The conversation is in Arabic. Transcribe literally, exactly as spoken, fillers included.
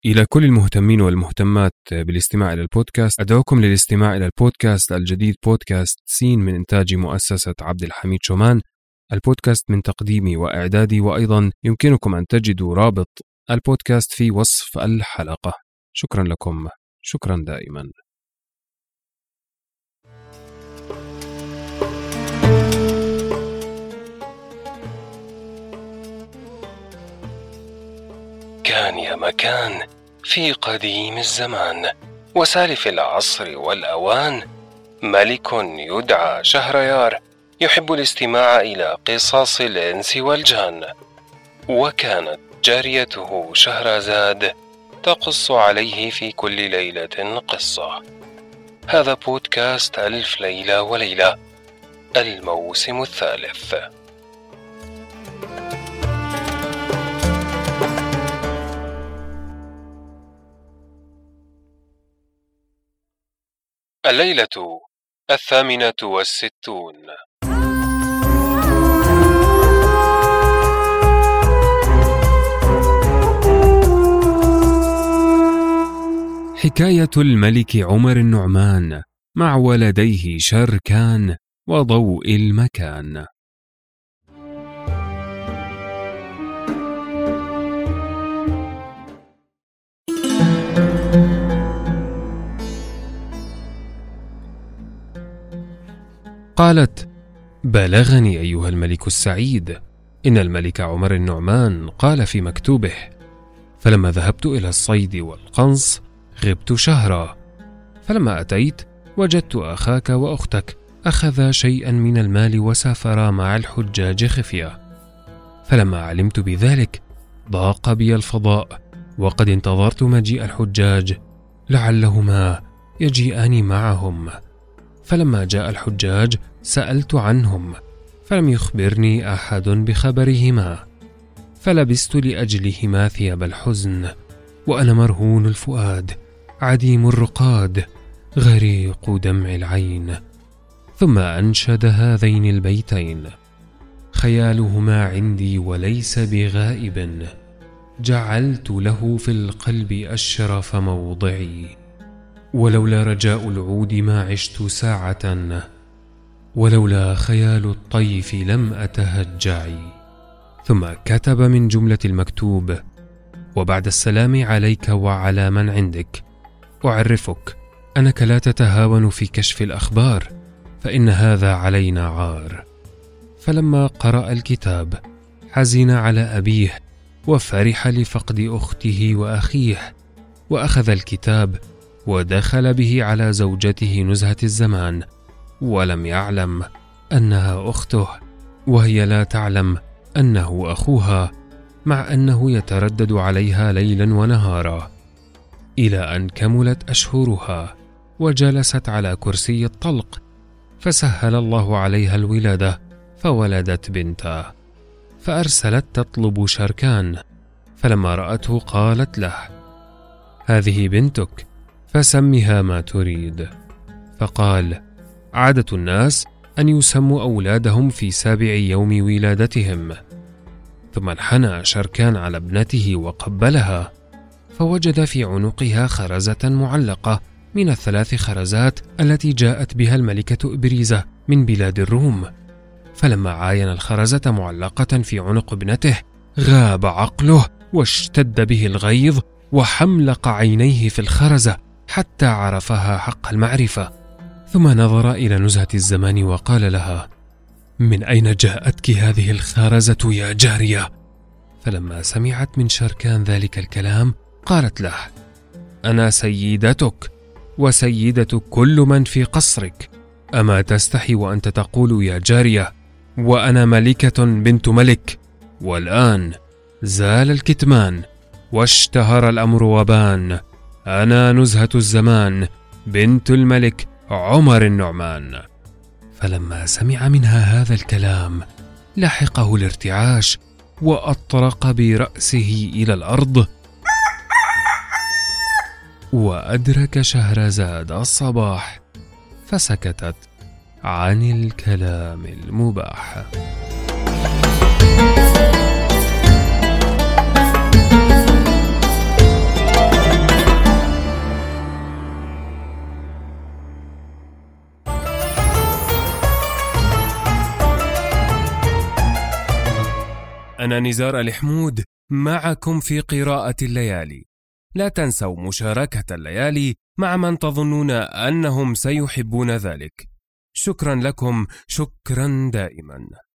إلى كل المهتمين والمهتمات بالاستماع إلى البودكاست، أدعوكم للاستماع إلى البودكاست الجديد بودكاست سين من إنتاج مؤسسة عبد الحميد شومان. البودكاست من تقديمي وإعدادي، وأيضا يمكنكم أن تجدوا رابط البودكاست في وصف الحلقة. شكرا لكم، شكرا دائما. كان يا مكان في قديم الزمان وسالف العصر والأوان، ملك يدعى شهريار يحب الاستماع إلى قصص الإنس والجان، وكانت جاريته شهرزاد تقص عليه في كل ليلة قصة. هذا بودكاست ألف ليلة وليلة، الموسم الثالث. الليلة الثامنة والستون. حكاية الملك عمر النعمان مع ولديه شركان وضوء المكان. قالت: بلغني أيها الملك السعيد إن الملك عمر النعمان قال في مكتوبه: فلما ذهبت إلى الصيد والقنص غبت شهرا، فلما أتيت وجدت أخاك وأختك أخذا شيئا من المال وسافرا مع الحجاج خفية، فلما علمت بذلك ضاق بي الفضاء، وقد انتظرت مجيء الحجاج لعلهما يجيئان معهم، فلما جاء الحجاج سألت عنهم فلم يخبرني أحد بخبرهما، فلبست لأجلهما ثياب الحزن وأنا مرهون الفؤاد عديم الرقاد غريق دمع العين. ثم أنشد هذين البيتين: خيالهما عندي وليس بغائب، جعلت له في القلب أشرف موضعي، ولولا رجاء العود ما عشت ساعة، ولولا خيال الطيف لم أتهجعي. ثم كتب من جملة المكتوب: وبعد السلام عليك وعلى من عندك، أعرفك أنك لا تتهاون في كشف الأخبار، فإن هذا علينا عار. فلما قرأ الكتاب حزن على أبيه وفرح لفقد أخته وأخيه، وأخذ الكتاب ودخل به على زوجته نزهة الزمان، ولم يعلم أنها أخته، وهي لا تعلم أنه أخوها، مع أنه يتردد عليها ليلا ونهارا، إلى أن كملت أشهرها وجلست على كرسي الطلق، فسهل الله عليها الولادة فولدت بنتا، فأرسلت تطلب شركان، فلما رأته قالت له: هذه بنتك فسمها ما تريد. فقال: عادة الناس أن يسموا أولادهم في سابع يوم ولادتهم. ثم انحنى شركان على ابنته وقبلها، فوجد في عنقها خرزة معلقة من الثلاث خرزات التي جاءت بها الملكة إبريزة من بلاد الروم. فلما عاين الخرزة معلقة في عنق ابنته غاب عقله واشتد به الغيظ، وحملق عينيه في الخرزة حتى عرفها حق المعرفة، ثم نظر إلى نزهة الزمان وقال لها: من أين جاءتك هذه الخرزة يا جارية؟ فلما سمعت من شركان ذلك الكلام قالت له: أنا سيدتك وسيدة كل من في قصرك، أما تستحي وأنت تقول يا جارية وأنا ملكة بنت ملك؟ والآن زال الكتمان واشتهر الأمر وبان، أنا نزهة الزمان بنت الملك عمر النعمان. فلما سمع منها هذا الكلام لحقه الارتعاش وأطرق برأسه إلى الأرض، وأدرك شهرزاد الصباح فسكتت عن الكلام المباح. أنا نزار الحمود معكم في قراءة الليالي. لا تنسوا مشاركة الليالي مع من تظنون أنهم سيحبون ذلك. شكرا لكم، شكرا دائما.